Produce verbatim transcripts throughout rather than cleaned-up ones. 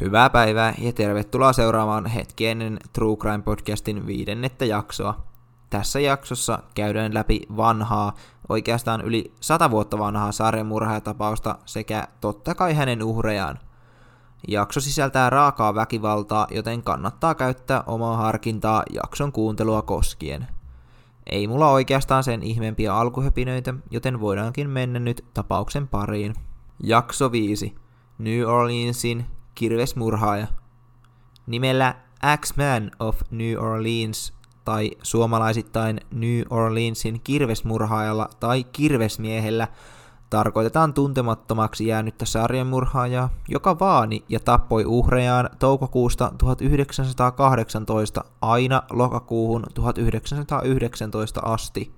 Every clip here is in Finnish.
Hyvää päivää ja tervetuloa seuraamaan hetki ennen True Crime Podcastin viidennettä jaksoa. Tässä jaksossa käydään läpi vanhaa, oikeastaan yli sata vuotta vanhaa sarjamurhaajatapausta sekä totta kai hänen uhrejaan. Jakso sisältää raakaa väkivaltaa, joten kannattaa käyttää omaa harkintaa jakson kuuntelua koskien. Ei mulla oikeastaan sen ihmeempiä alkuhöpinöitä, joten voidaankin mennä nyt tapauksen pariin. Jakso viisi. New Orleansin kirvesmurhaaja. Nimellä X-Man of New Orleans tai suomalaisittain New Orleansin kirvesmurhaajalla tai kirvesmiehellä tarkoitetaan tuntemattomaksi jäänyttä sarjamurhaajaa, joka vaani ja tappoi uhrejaan toukokuusta tuhatyhdeksänsataakahdeksantoista aina lokakuuhun tuhatyhdeksänsataayhdeksäntoista asti.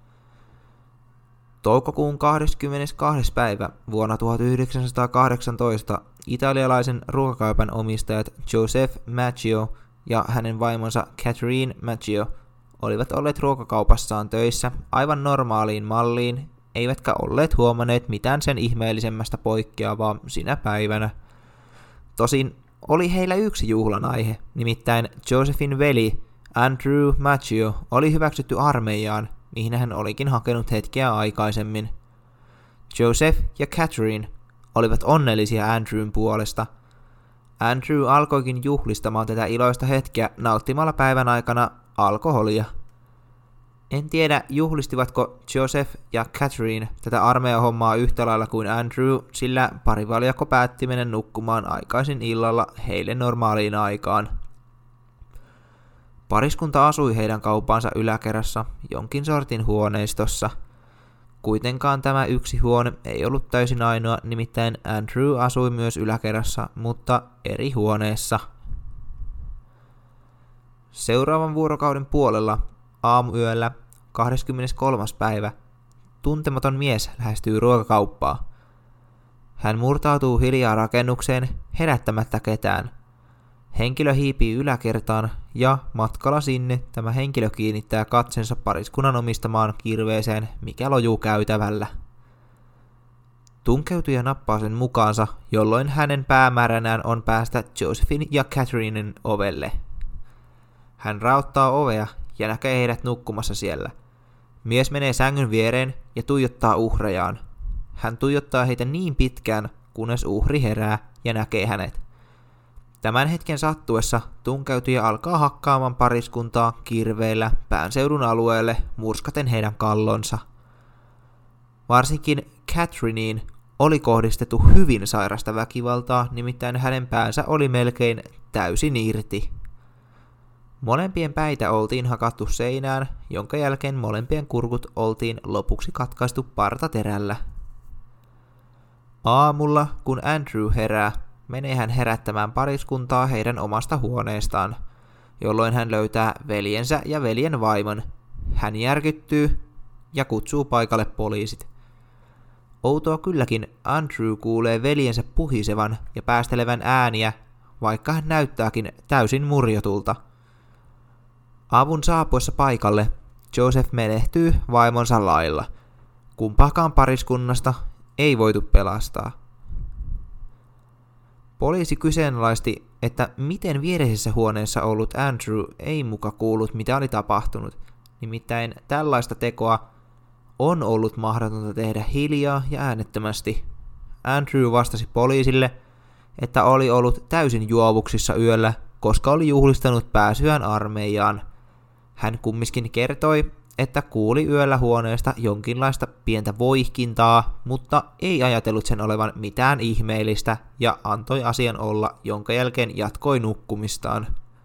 Toukokuun kahdeskymmenestoinen päivä vuonna tuhatyhdeksänsataakahdeksantoista italialaisen ruokakaupan omistajat Joseph Maggio ja hänen vaimonsa Catherine Maggio olivat olleet ruokakaupassaan töissä aivan normaaliin malliin, eivätkä olleet huomanneet mitään sen ihmeellisemmästä poikkeavaa sinä päivänä. Tosin oli heillä yksi juhlan aihe, nimittäin Josephin veli Andrew Maggio oli hyväksytty armeijaan, mihin hän olikin hakenut hetkeä aikaisemmin. Joseph ja Catherine olivat onnellisia Andrewn puolesta. Andrew alkoikin juhlistamaan tätä iloista hetkeä nauttimalla päivän aikana alkoholia. En tiedä, juhlistivatko Joseph ja Catherine tätä armeijahommaa yhtä lailla kuin Andrew, sillä parivaljakko päätti mennä nukkumaan aikaisin illalla heille normaaliin aikaan. Pariskunta asui heidän kaupansa yläkerrassa jonkin sortin huoneistossa. Kuitenkaan tämä yksi huone ei ollut täysin ainoa, nimittäin Andrew asui myös yläkerrassa, mutta eri huoneessa. Seuraavan vuorokauden puolella aamuyöllä kahdeskymmeneskolmas päivä tuntematon mies lähestyy ruokakauppaa. Hän murtautuu hiljaa rakennukseen herättämättä ketään. Henkilö hiipii yläkertaan ja matkalla sinne tämä henkilö kiinnittää katsensa pariskunnan omistamaan kirveeseen, mikä lojuu käytävällä. Tunkeutuja nappaa sen mukaansa, jolloin hänen päämääränään on päästä Josephin ja Catherinen ovelle. Hän raottaa ovea ja näkee heidät nukkumassa siellä. Mies menee sängyn viereen ja tuijottaa uhrejaan. Hän tuijottaa heitä niin pitkään, kunnes uhri herää ja näkee hänet. Tämän hetken sattuessa tunkeutuja alkaa hakkaamaan pariskuntaa kirveillä päänseudun alueelle murskaten heidän kallonsa. Varsinkin Catherineen oli kohdistettu hyvin sairasta väkivaltaa, nimittäin hänen päänsä oli melkein täysin irti. Molempien päitä oltiin hakattu seinään, jonka jälkeen molempien kurkut oltiin lopuksi katkaistu partaterällä. Aamulla, kun Andrew herää, menee hän herättämään pariskuntaa heidän omasta huoneestaan, jolloin hän löytää veljensä ja veljen vaimon. Hän järkyttyy ja kutsuu paikalle poliisit. Outoa kylläkin Andrew kuulee veljensä puhisevan ja päästelevän ääniä, vaikka hän näyttääkin täysin murjotulta. Avun saapuessa paikalle Joseph menehtyy vaimonsa lailla. Kumpaakaan pariskunnasta ei voitu pelastaa. Poliisi kyseenalaisti, että miten viereisessä huoneessa ollut Andrew ei muka kuullut, mitä oli tapahtunut. Nimittäin tällaista tekoa on ollut mahdotonta tehdä hiljaa ja äänettömästi. Andrew vastasi poliisille, että oli ollut täysin juovuksissa yöllä, koska oli juhlistanut pääsyään armeijaan. Hän kumminkin kertoi, että kuuli yöllä huoneesta jonkinlaista pientä voihkintaa, mutta ei ajatellut sen olevan mitään ihmeellistä ja antoi asian olla, jonka jälkeen jatkoi nukkumistaan.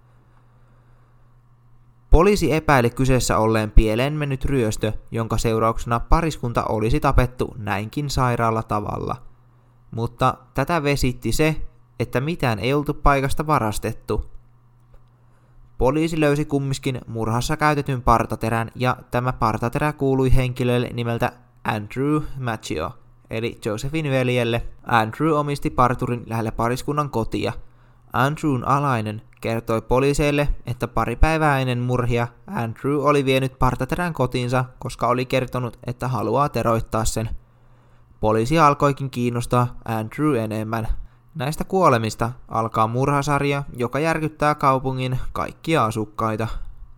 Poliisi epäili kyseessä olleen pieleen mennyt ryöstö, jonka seurauksena pariskunta olisi tapettu näinkin sairaalla tavalla. Mutta tätä vesitti se, että mitään ei oltu paikasta varastettu. Poliisi löysi kumminkin murhassa käytetyn partaterän ja tämä partaterä kuului henkilölle nimeltä Andrew Maggio, eli Josephin veljelle. Andrew omisti parturin lähellä pariskunnan kotia. Andrewn alainen kertoi poliiseille, että pari päivää ennen murhia Andrew oli vienyt partaterän kotiinsa, koska oli kertonut, että haluaa teroittaa sen. Poliisi alkoikin kiinnostaa Andrew enemmän. Näistä kuolemista alkaa murhasarja, joka järkyttää kaupungin kaikkia asukkaita.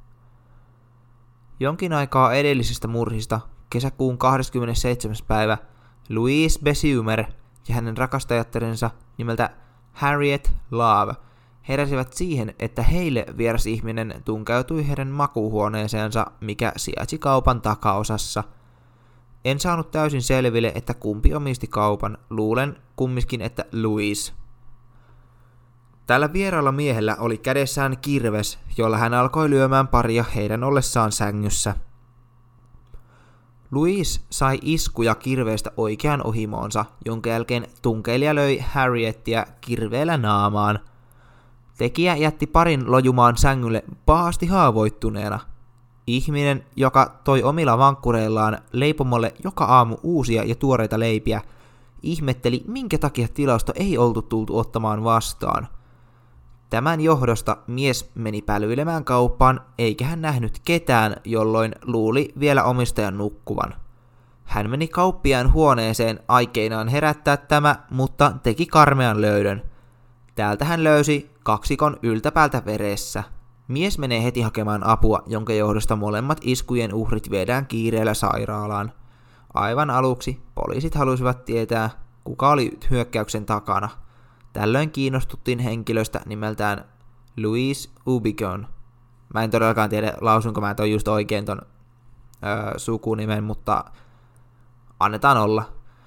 Jonkin aikaa edellisistä murhista, kesäkuun kahdeskymmenesseitsemäs päivä, Louise Besumer ja hänen rakastajattarensa nimeltä Harriet Love heräsivät siihen, että heille vieras ihminen tunkeutui heidän makuuhuoneeseensa, mikä sijaitsi kaupan takaosassa. En saanut täysin selville, että kumpi omisti kaupan, luulen kumminkin, että Louise. Tällä vieraalla miehellä oli kädessään kirves, jolla hän alkoi lyömään paria heidän ollessaan sängyssä. Louise sai iskuja kirveestä oikean ohimoonsa, jonka jälkeen tunkeilija löi Harriettia kirveellä naamaan. Tekijä jätti parin lojumaan sängylle pahasti haavoittuneena. Ihminen, joka toi omilla vankkureillaan leipomolle joka aamu uusia ja tuoreita leipiä, ihmetteli, minkä takia tilausta ei oltu tultu ottamaan vastaan. Tämän johdosta mies meni pälyilemään kauppaan, eikä hän nähnyt ketään, jolloin luuli vielä omistajan nukkuvan. Hän meni kauppiaan huoneeseen aikeinaan herättää tämä, mutta teki karmean löydön. Täältä hän löysi kaksikon yltäpäältä veressä. Mies menee heti hakemaan apua, jonka johdosta molemmat iskujen uhrit viedään kiireellä sairaalaan. Aivan aluksi poliisit halusivat tietää, kuka oli hyökkäyksen takana. Tällöin kiinnostuttiin henkilöstä nimeltään Louise Ubigon. Mä en todellakaan tiedä, lausunko mä ton just oikein ton öö, sukunimen, mutta annetaan olla.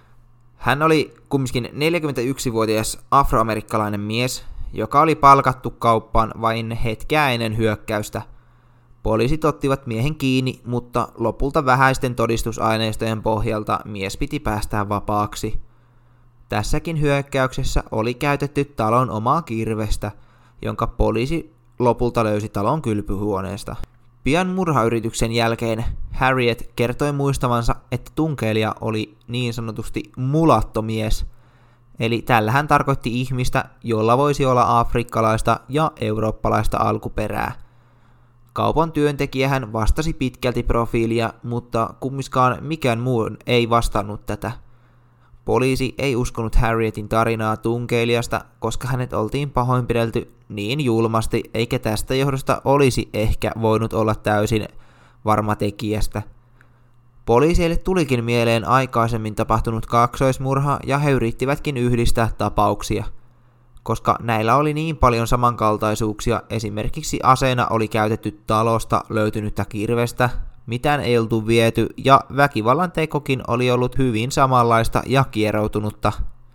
Hän oli kumminkin neljäkymmentäyksivuotias afroamerikkalainen mies, joka oli palkattu kauppaan vain hetkeä ennen hyökkäystä. Poliisit ottivat miehen kiinni, mutta lopulta vähäisten todistusaineistojen pohjalta mies piti päästää vapaaksi. Tässäkin hyökkäyksessä oli käytetty talon omaa kirvestä, jonka poliisi lopulta löysi talon kylpyhuoneesta. Pian murhayrityksen jälkeen Harriet kertoi muistavansa, että tunkeilija oli niin sanotusti mulattomies, eli tällä hän tarkoitti ihmistä, jolla voisi olla afrikkalaista ja eurooppalaista alkuperää. Kaupan työntekijähän vastasi pitkälti profiilia, mutta kumminkaan mikään muu ei vastannut tätä. Poliisi ei uskonut Harrietin tarinaa tunkeilijasta, koska hänet oltiin pahoinpidelty niin julmasti, eikä tästä johdosta olisi ehkä voinut olla täysin varma tekijästä. Poliiseille tulikin mieleen aikaisemmin tapahtunut kaksoismurha ja he yrittivätkin yhdistää tapauksia. Koska näillä oli niin paljon samankaltaisuuksia, esimerkiksi aseena oli käytetty talosta löytynyttä kirvestä, mitään ei oltu viety ja väkivallan tekokin oli ollut hyvin samanlaista ja kieroutunutta.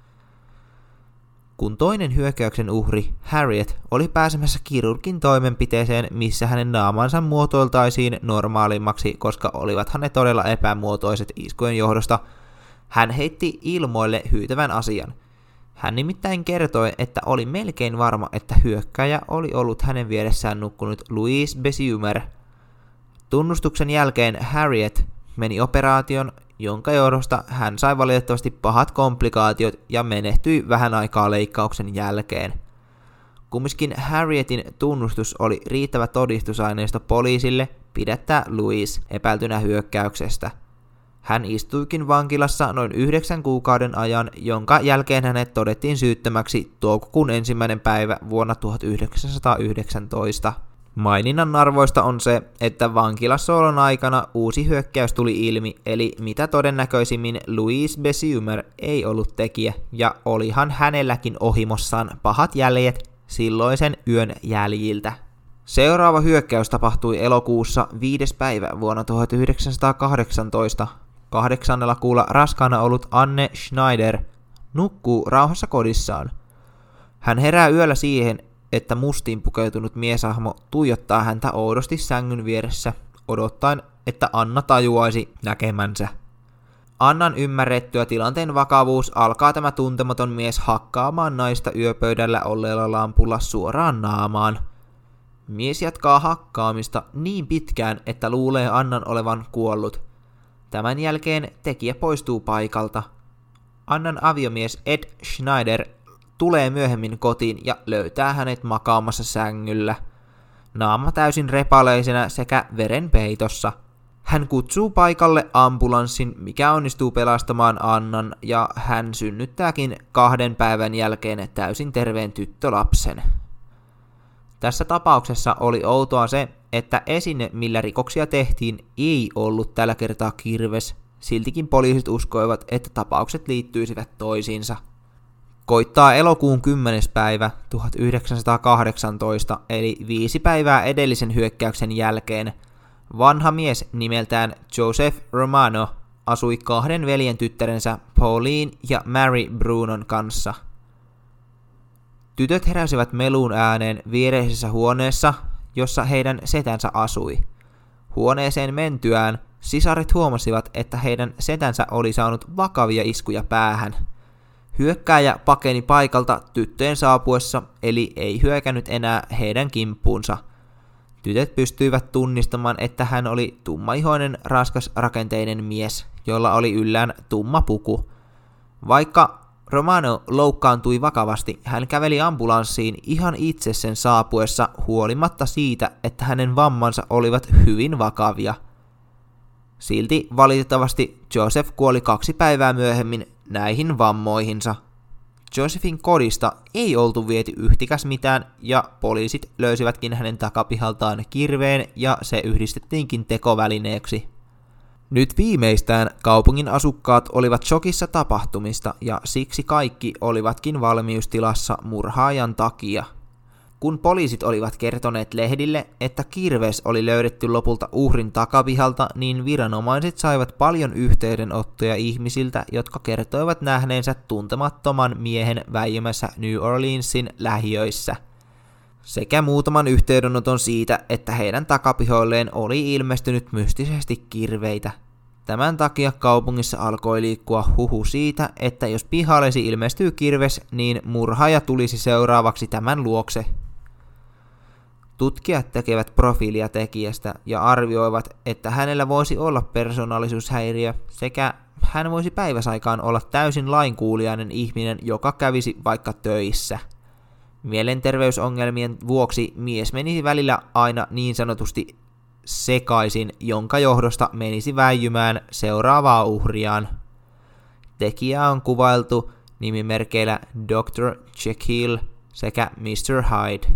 Kun toinen hyökkäyksen uhri, Harriet, oli pääsemässä kirurgin toimenpiteeseen, missä hänen naamansa muotoiltaisiin normaalimmaksi, koska olivathan ne todella epämuotoiset iskujen johdosta, hän heitti ilmoille hyytävän asian. Hän nimittäin kertoi, että oli melkein varma, että hyökkääjä oli ollut hänen vieressään nukkunut Louise Besumer. Tunnustuksen jälkeen Harriet meni operaation, jonka johdosta hän sai valitettavasti pahat komplikaatiot ja menehtyi vähän aikaa leikkauksen jälkeen. Kumminkin Harrietin tunnustus oli riittävä todistusaineisto poliisille pidättää Louise epäiltynä hyökkäyksestä. Hän istuikin vankilassa noin yhdeksän kuukauden ajan, jonka jälkeen hänet todettiin syyttömäksi toukokuun ensimmäinen päivä vuonna tuhatyhdeksänsataayhdeksäntoista. Maininnan arvoista on se, että vankilassaolon aikana uusi hyökkäys tuli ilmi, eli mitä todennäköisimmin Louise Besumer ei ollut tekijä, ja olihan hänelläkin ohimossaan pahat jäljet silloisen yön jäljiltä. Seuraava hyökkäys tapahtui elokuussa viides päivä vuonna tuhatyhdeksänsataakahdeksantoista. Kahdeksannella kuulla raskaana ollut Anne Schneider nukkuu rauhassa kodissaan. Hän herää yöllä siihen, että mustiin pukeutunut mieshahmo tuijottaa häntä oudosti sängyn vieressä, odottaen, että Anna tajuaisi näkemänsä. Annan ymmärrettyä tilanteen vakavuus alkaa tämä tuntematon mies hakkaamaan naista yöpöydällä olleella lampulla suoraan naamaan. Mies jatkaa hakkaamista niin pitkään, että luulee Annan olevan kuollut. Tämän jälkeen tekijä poistuu paikalta. Annan aviomies Ed Schneider tulee myöhemmin kotiin ja löytää hänet makaamassa sängyllä. Naama täysin repaleisena sekä veren peitossa. Hän kutsuu paikalle ambulanssin, mikä onnistuu pelastamaan Annan, ja hän synnyttääkin kahden päivän jälkeen täysin terveen tyttölapsen. Tässä tapauksessa oli outoa se, että esine, millä rikoksia tehtiin, ei ollut tällä kertaa kirves. Siltikin poliisit uskoivat, että tapaukset liittyisivät toisiinsa. Koittaa elokuun kymmenes päivä tuhatyhdeksänsataakahdeksantoista, eli viisi päivää edellisen hyökkäyksen jälkeen. Vanha mies nimeltään Joseph Romano asui kahden veljen tyttärensä Pauline ja Mary Brunon kanssa. Tytöt heräsivät meluun ääneen viereisessä huoneessa, jossa heidän setänsä asui. Huoneeseen mentyään sisaret huomasivat, että heidän setänsä oli saanut vakavia iskuja päähän. Hyökkääjä pakeni paikalta tyttöjen saapuessa, eli ei hyökännyt enää heidän kimppuunsa. Tytöt pystyivät tunnistamaan, että hän oli tummaihoinen, raskasrakenteinen mies, jolla oli yllään tumma puku. Vaikka Romano loukkaantui vakavasti, hän käveli ambulanssiin ihan itse sen saapuessa huolimatta siitä, että hänen vammansa olivat hyvin vakavia. Silti valitettavasti Joseph kuoli kaksi päivää myöhemmin näihin vammoihinsa. Josephin kodista ei oltu viety yhtikäs mitään, ja poliisit löysivätkin hänen takapihaltaan kirveen, ja se yhdistettiinkin tekovälineeksi. Nyt viimeistään kaupungin asukkaat olivat shokissa tapahtumista, ja siksi kaikki olivatkin valmiustilassa murhaajan takia. Kun poliisit olivat kertoneet lehdille, että kirves oli löydetty lopulta uhrin takapihalta, niin viranomaiset saivat paljon yhteydenottoja ihmisiltä, jotka kertoivat nähneensä tuntemattoman miehen väijymässä New Orleansin lähiöissä. Sekä muutaman yhteydenoton siitä, että heidän takapihoilleen oli ilmestynyt mystisesti kirveitä. Tämän takia kaupungissa alkoi liikkua huhu siitä, että jos pihallesi ilmestyy kirves, niin murhaaja tulisi seuraavaksi tämän luokse. Tutkijat tekevät profiilia tekijästä ja arvioivat, että hänellä voisi olla persoonallisuushäiriö sekä hän voisi päiväsaikaan olla täysin lainkuuliainen ihminen, joka kävisi vaikka töissä. Mielenterveysongelmien vuoksi mies menisi välillä aina niin sanotusti sekaisin, jonka johdosta menisi väijymään seuraavaa uhriaan. Tekijää on kuvailtu nimimerkeillä doktor Jekyll sekä mister Hyde.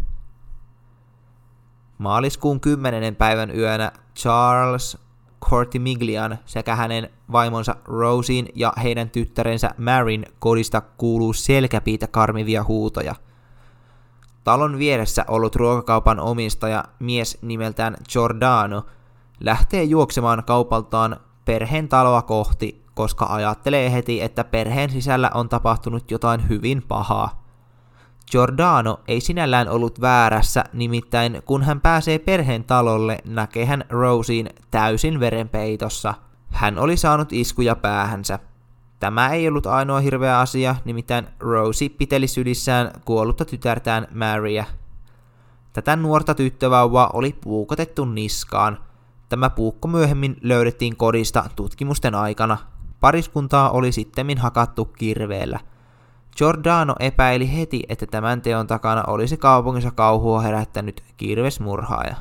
Maaliskuun kymmenennen päivän yönä Charles Cortimiglian sekä hänen vaimonsa Rosien ja heidän tyttärensä Maryn kodista kuuluu selkäpiitä karmivia huutoja. Talon vieressä ollut ruokakaupan omistaja, mies nimeltään Giordano, lähtee juoksemaan kaupaltaan perheen taloa kohti, koska ajattelee heti, että perheen sisällä on tapahtunut jotain hyvin pahaa. Giordano ei sinällään ollut väärässä, nimittäin kun hän pääsee perheen talolle, näkee hän Rosien täysin verenpeitossa. Hän oli saanut iskuja päähänsä. Tämä ei ollut ainoa hirveä asia, nimittäin Rosie piteli sydissään kuollutta tytärtään Maryä. Tätä nuorta tyttövauvaa oli puukotettu niskaan. Tämä puukko myöhemmin löydettiin kodista tutkimusten aikana. Pariskuntaa oli sittemmin hakattu kirveellä. Giordano epäili heti, että tämän teon takana olisi kaupungissa kauhua herättänyt kirvesmurhaaja.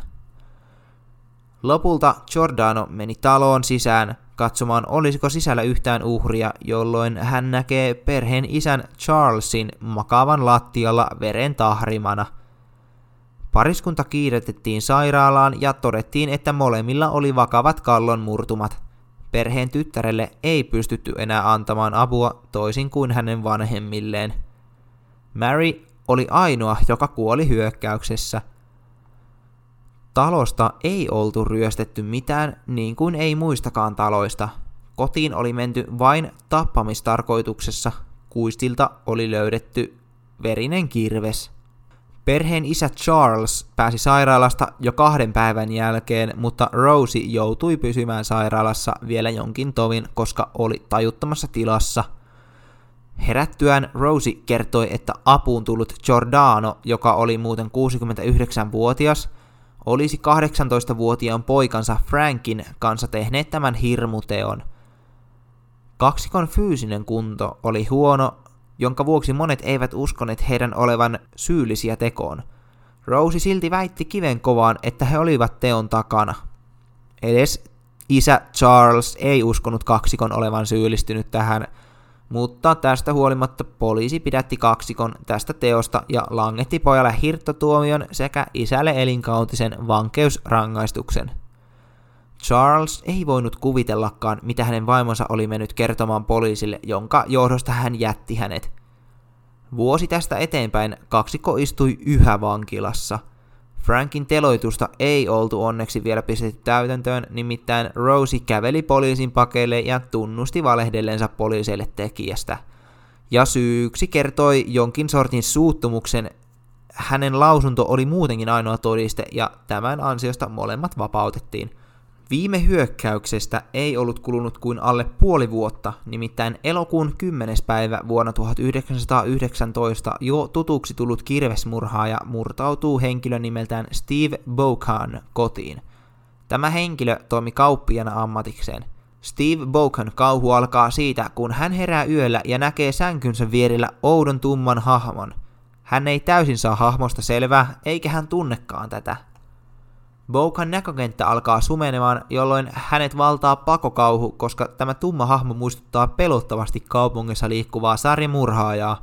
Lopulta Giordano meni taloon sisään katsomaan, olisiko sisällä yhtään uhria, jolloin hän näkee perheen isän Charlesin makaavan lattialla veren tahrimana. Pariskunta kiiretettiin sairaalaan ja todettiin, että molemmilla oli vakavat kallon murtumat. Perheen tyttärelle ei pystytty enää antamaan apua toisin kuin hänen vanhemmilleen. Mary oli ainoa, joka kuoli hyökkäyksessä. Talosta ei oltu ryöstetty mitään, niin kuin ei muistakaan taloista. Kotiin oli menty vain tappamistarkoituksessa. Kuistilta oli löydetty verinen kirves. Perheen isä Charles pääsi sairaalasta jo kahden päivän jälkeen, mutta Rosie joutui pysymään sairaalassa vielä jonkin tovin, koska oli tajuttomassa tilassa. Herättyään Rosie kertoi, että apuun tullut Giordano, joka oli muuten kuusikymmentäyhdeksänvuotias, olisi kahdeksantoistavuotiaan poikansa Frankin kanssa tehneet tämän hirmuteon. Kaksikon fyysinen kunto oli huono, jonka vuoksi monet eivät uskoneet heidän olevan syyllisiä tekoon. Rosie silti väitti kiven kovaan, että he olivat teon takana. Edes Isä Charles ei uskonut kaksikon olevan syyllistynyt tähän, mutta tästä huolimatta poliisi pidätti kaksikon tästä teosta ja langetti pojalle hirttotuomion sekä isälle elinkautisen vankeusrangaistuksen. Charles ei voinut kuvitellakaan, mitä hänen vaimonsa oli mennyt kertomaan poliisille, jonka johdosta hän jätti hänet. Vuosi tästä eteenpäin kaksikko istui yhä vankilassa. Frankin teloitusta ei oltu onneksi vielä pistetty täytäntöön, nimittäin Rosie käveli poliisin pakeille ja tunnusti valehdellensa poliiseille tekijästä. Ja syyksi kertoi jonkin sortin suuttumuksen. Hänen lausunto oli muutenkin ainoa todiste ja tämän ansiosta molemmat vapautettiin. Viime hyökkäyksestä ei ollut kulunut kuin alle puoli vuotta, nimittäin elokuun kymmenes päivä vuonna tuhatyhdeksänsataayhdeksäntoista jo tutuksi tullut kirvesmurhaaja murtautuu henkilön nimeltään Steve Beauchamp kotiin. Tämä henkilö toimi kauppiana ammatikseen. Steve Beauchamp kauhu alkaa siitä, kun hän herää yöllä ja näkee sänkynsä vierellä oudon tumman hahmon. Hän ei täysin saa hahmosta selvää, eikä hän tunnekaan tätä. Beauchampin näkökenttä alkaa sumenemaan, jolloin hänet valtaa pakokauhu, koska tämä tumma hahmo muistuttaa pelottavasti kaupungissa liikkuvaa sarjamurhaajaa.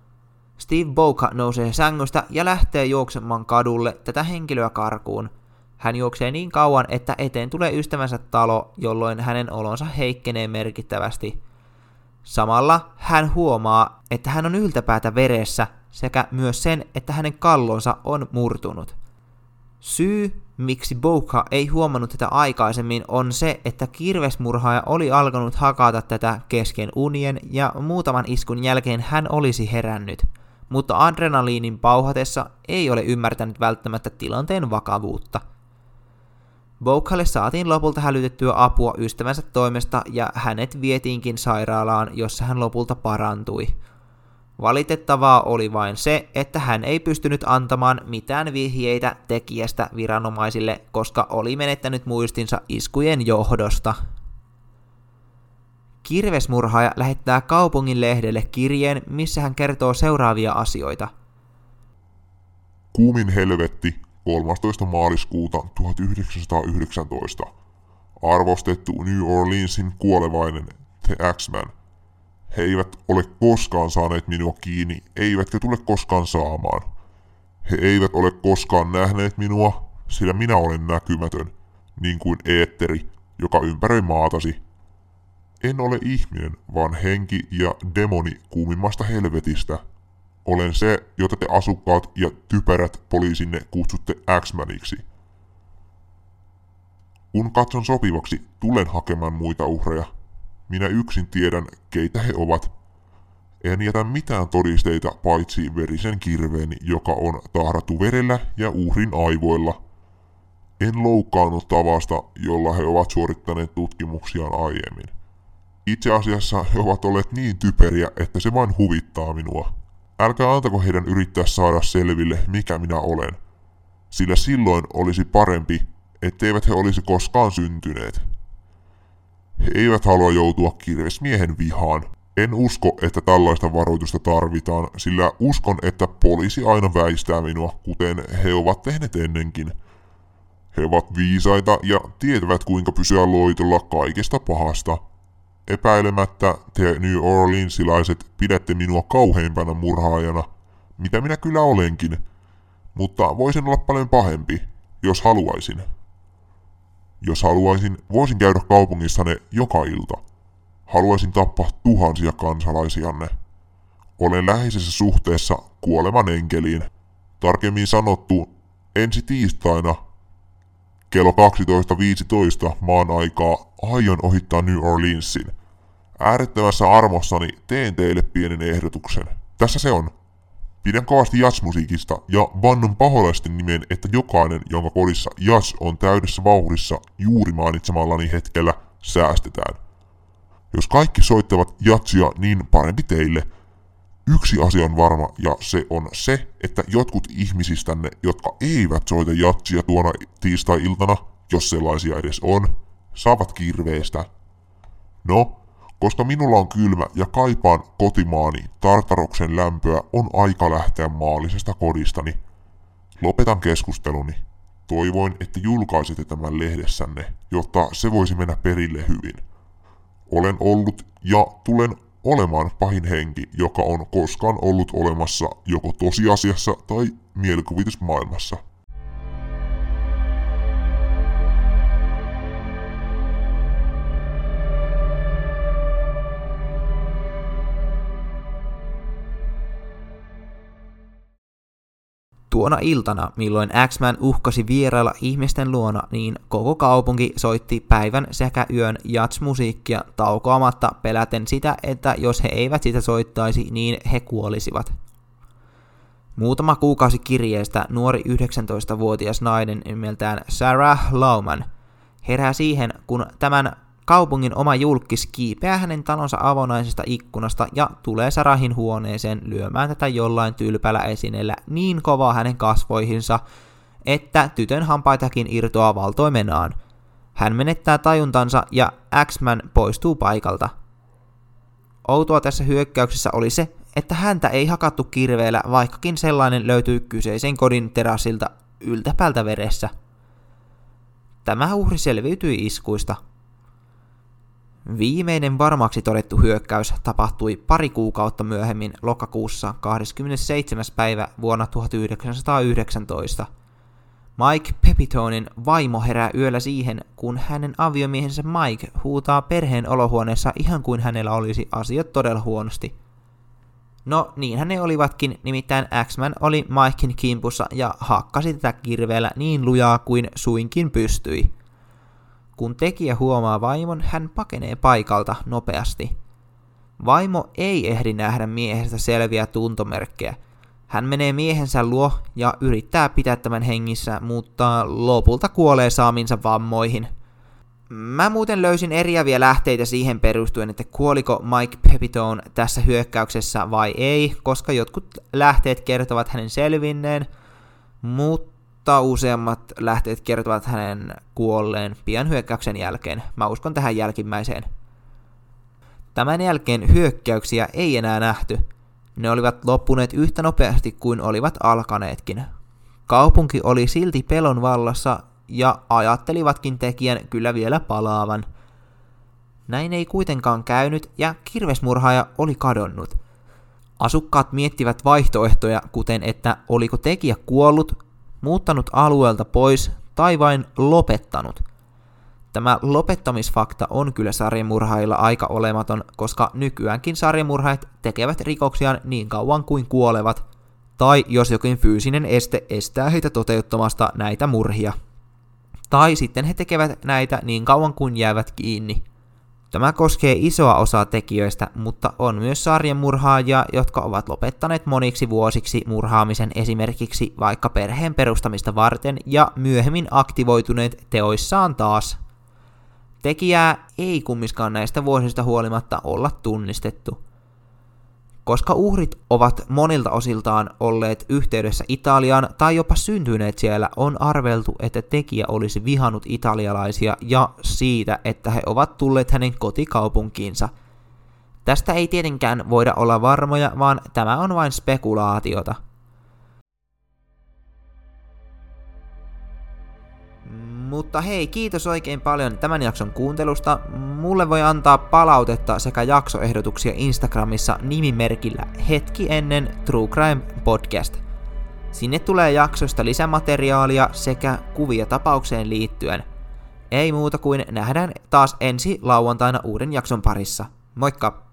Steve Beauchamp nousee sängystä ja lähtee juoksemaan kadulle tätä henkilöä karkuun. Hän juoksee niin kauan, että eteen tulee ystävänsä talo, jolloin hänen olonsa heikkenee merkittävästi. Samalla hän huomaa, että hän on yltäpäätä veressä sekä myös sen, että hänen kallonsa on murtunut. Syy, miksi Beauchamp ei huomannut tätä aikaisemmin, on se, että kirvesmurhaaja oli alkanut hakata tätä kesken unien ja muutaman iskun jälkeen hän olisi herännyt, mutta adrenaliinin pauhatessa ei ole ymmärtänyt välttämättä tilanteen vakavuutta. Beauchampille saatiin lopulta hälytettyä apua ystävänsä toimesta ja hänet vietiinkin sairaalaan, jossa hän lopulta parantui. Valitettavaa oli vain se, että hän ei pystynyt antamaan mitään vihjeitä tekijästä viranomaisille, koska oli menettänyt muistinsa iskujen johdosta. Kirvesmurhaaja lähettää kaupungin lehdelle kirjeen, missä hän kertoo seuraavia asioita. Kuumin helvetti, kolmastoista maaliskuuta tuhatyhdeksänsataayhdeksäntoista. Arvostettu New Orleansin kuolevainen The Axeman. He eivät ole koskaan saaneet minua kiinni, eivätkä tule koskaan saamaan. He eivät ole koskaan nähneet minua, sillä minä olen näkymätön, niin kuin eetteri, joka ympäröi maatasi. En ole ihminen, vaan henki ja demoni kuumimmasta helvetistä. Olen se, jota te asukkaat ja typerät poliisinne kutsutte Axemaniksi. Kun katson sopivaksi, tulen hakemaan muita uhreja. Minä yksin tiedän, keitä he ovat. En jätä mitään todisteita paitsi verisen kirveeni, joka on tahrattu verellä ja uhrin aivoilla. En loukkaannut tavasta, jolla he ovat suorittaneet tutkimuksiaan aiemmin. Itse asiassa he ovat olleet niin typeriä, että se vain huvittaa minua. Älkää antako heidän yrittää saada selville, mikä minä olen. Sillä silloin olisi parempi, etteivät he olisi koskaan syntyneet. He eivät halua joutua kirvesmiehen vihaan. En usko, että tällaista varoitusta tarvitaan, sillä uskon, että poliisi aina väistää minua, kuten he ovat tehneet ennenkin. He ovat viisaita ja tietävät, kuinka pysyä loitolla kaikesta pahasta. Epäilemättä te New Orleansilaiset pidätte minua kauheimpana murhaajana, mitä minä kyllä olenkin, mutta voisin olla paljon pahempi, jos haluaisin. Jos haluaisin, voisin käydä kaupungissanne joka ilta. Haluaisin tappaa tuhansia kansalaisianne. Olen läheisessä suhteessa kuolevan enkeliin. Tarkemmin sanottu, ensi tiistaina kello kaksitoista viisitoista maan aikaa aion ohittaa New Orleansin. Äärettömässä armossani teen teille pienen ehdotuksen. Tässä se on. Pidän kovasti jazzmusiikista ja vannon paholaisten nimen, että jokainen, jonka kodissa jazz on täydessä vauhdissa juuri mainitsemallani hetkellä, säästetään. Jos kaikki soittavat jazzia, niin parempi teille. Yksi asia on varma, ja se on se, että jotkut ihmisistänne, jotka eivät soita jazzia tuona tiistai-iltana, jos sellaisia edes on, saavat kirveestä. No, koska minulla on kylmä ja kaipaan kotimaani Tartaroksen lämpöä, on aika lähteä maallisesta kodistani. Lopetan keskusteluni. Toivoin, että julkaisitte tämän lehdessänne, jotta se voisi mennä perille hyvin. Olen ollut ja tulen olemaan pahin henki, joka on koskaan ollut olemassa joko tosiasiassa tai mielikuvitusmaailmassa. Tuona iltana, milloin X-Man uhkasi vierailla ihmisten luona, niin koko kaupunki soitti päivän sekä yön jazz-musiikkia taukoamatta peläten sitä, että jos he eivät sitä soittaisi, niin he kuolisivat. Muutama kuukausi kirjeestä nuori yhdeksäntoistavuotias nainen nimeltään Sarah Lauman herää siihen, kun tämän kaupungin oma julkkis kiipeää hänen talonsa avonaisesta ikkunasta ja tulee Sarahin huoneeseen lyömään tätä jollain tylpällä esineellä niin kovaa hänen kasvoihinsa, että tytön hampaitakin irtoaa valtoimenaan. Hän menettää tajuntansa ja X-Man poistuu paikalta. Outoa tässä hyökkäyksessä oli se, että häntä ei hakattu kirveellä, vaikkakin sellainen löytyy kyseisen kodin terassilta yltäpäältä veressä. Tämä uhri selviytyi iskuista. Viimeinen varmaksi todettu hyökkäys tapahtui pari kuukautta myöhemmin lokakuussa kahdeskymmenesseitsemäs päivä vuonna tuhatyhdeksänsataayhdeksäntoista. Mike Pepitonen vaimo herää yöllä siihen, kun hänen aviomiehensä Mike huutaa perheen olohuoneessa ihan kuin hänellä olisi asiat todella huonosti. No niinhän ne olivatkin, nimittäin X-Man oli Mikein kimpussa ja hakkasi tätä kirveellä niin lujaa kuin suinkin pystyi. Kun tekijä huomaa vaimon, hän pakenee paikalta nopeasti. Vaimo ei ehdi nähdä miehestä selviä tuntomerkkejä. Hän menee miehensä luo ja yrittää pitää tämän hengissä, mutta lopulta kuolee saaminsa vammoihin. Mä muuten löysin eriäviä lähteitä siihen perustuen, että kuoliko Mike Pepitone tässä hyökkäyksessä vai ei, koska jotkut lähteet kertovat hänen selvinneen, mutta useammat lähteet kertovat hänen kuolleen pian hyökkäyksen jälkeen. Mä uskon tähän jälkimmäiseen. Tämän jälkeen hyökkäyksiä ei enää nähty. Ne olivat loppuneet yhtä nopeasti kuin olivat alkaneetkin. Kaupunki oli silti pelon vallassa ja ajattelivatkin tekijän kyllä vielä palaavan. Näin ei kuitenkaan käynyt ja kirvesmurhaaja oli kadonnut. Asukkaat miettivät vaihtoehtoja, kuten että oliko tekijä kuollut, muuttanut alueelta pois tai vain lopettanut. Tämä lopettamisfakta on kyllä sarjamurhaajilla aika olematon, koska nykyäänkin sarjamurhaajat tekevät rikoksiaan niin kauan kuin kuolevat, tai jos jokin fyysinen este estää heitä toteuttamasta näitä murhia. Tai sitten he tekevät näitä niin kauan kuin jäävät kiinni. Tämä koskee isoa osaa tekijöistä, mutta on myös sarjamurhaajia, jotka ovat lopettaneet moniksi vuosiksi murhaamisen esimerkiksi vaikka perheen perustamista varten ja myöhemmin aktivoituneet teoissaan taas. Tekijää ei kummiskaan näistä vuosista huolimatta olla tunnistettu. Koska uhrit ovat monilta osiltaan olleet yhteydessä Italiaan tai jopa syntyneet siellä, on arveltu, että tekijä olisi vihannut italialaisia ja siitä, että he ovat tulleet hänen kotikaupunkiinsa. Tästä ei tietenkään voida olla varmoja, vaan tämä on vain spekulaatiota. Mutta hei, kiitos oikein paljon tämän jakson kuuntelusta. Mulle voi antaa palautetta sekä jaksoehdotuksia Instagramissa nimimerkillä hetki ennen True Crime Podcast. Sinne tulee jaksosta lisämateriaalia sekä kuvia tapaukseen liittyen. Ei muuta kuin nähdään taas ensi lauantaina uuden jakson parissa. Moikka!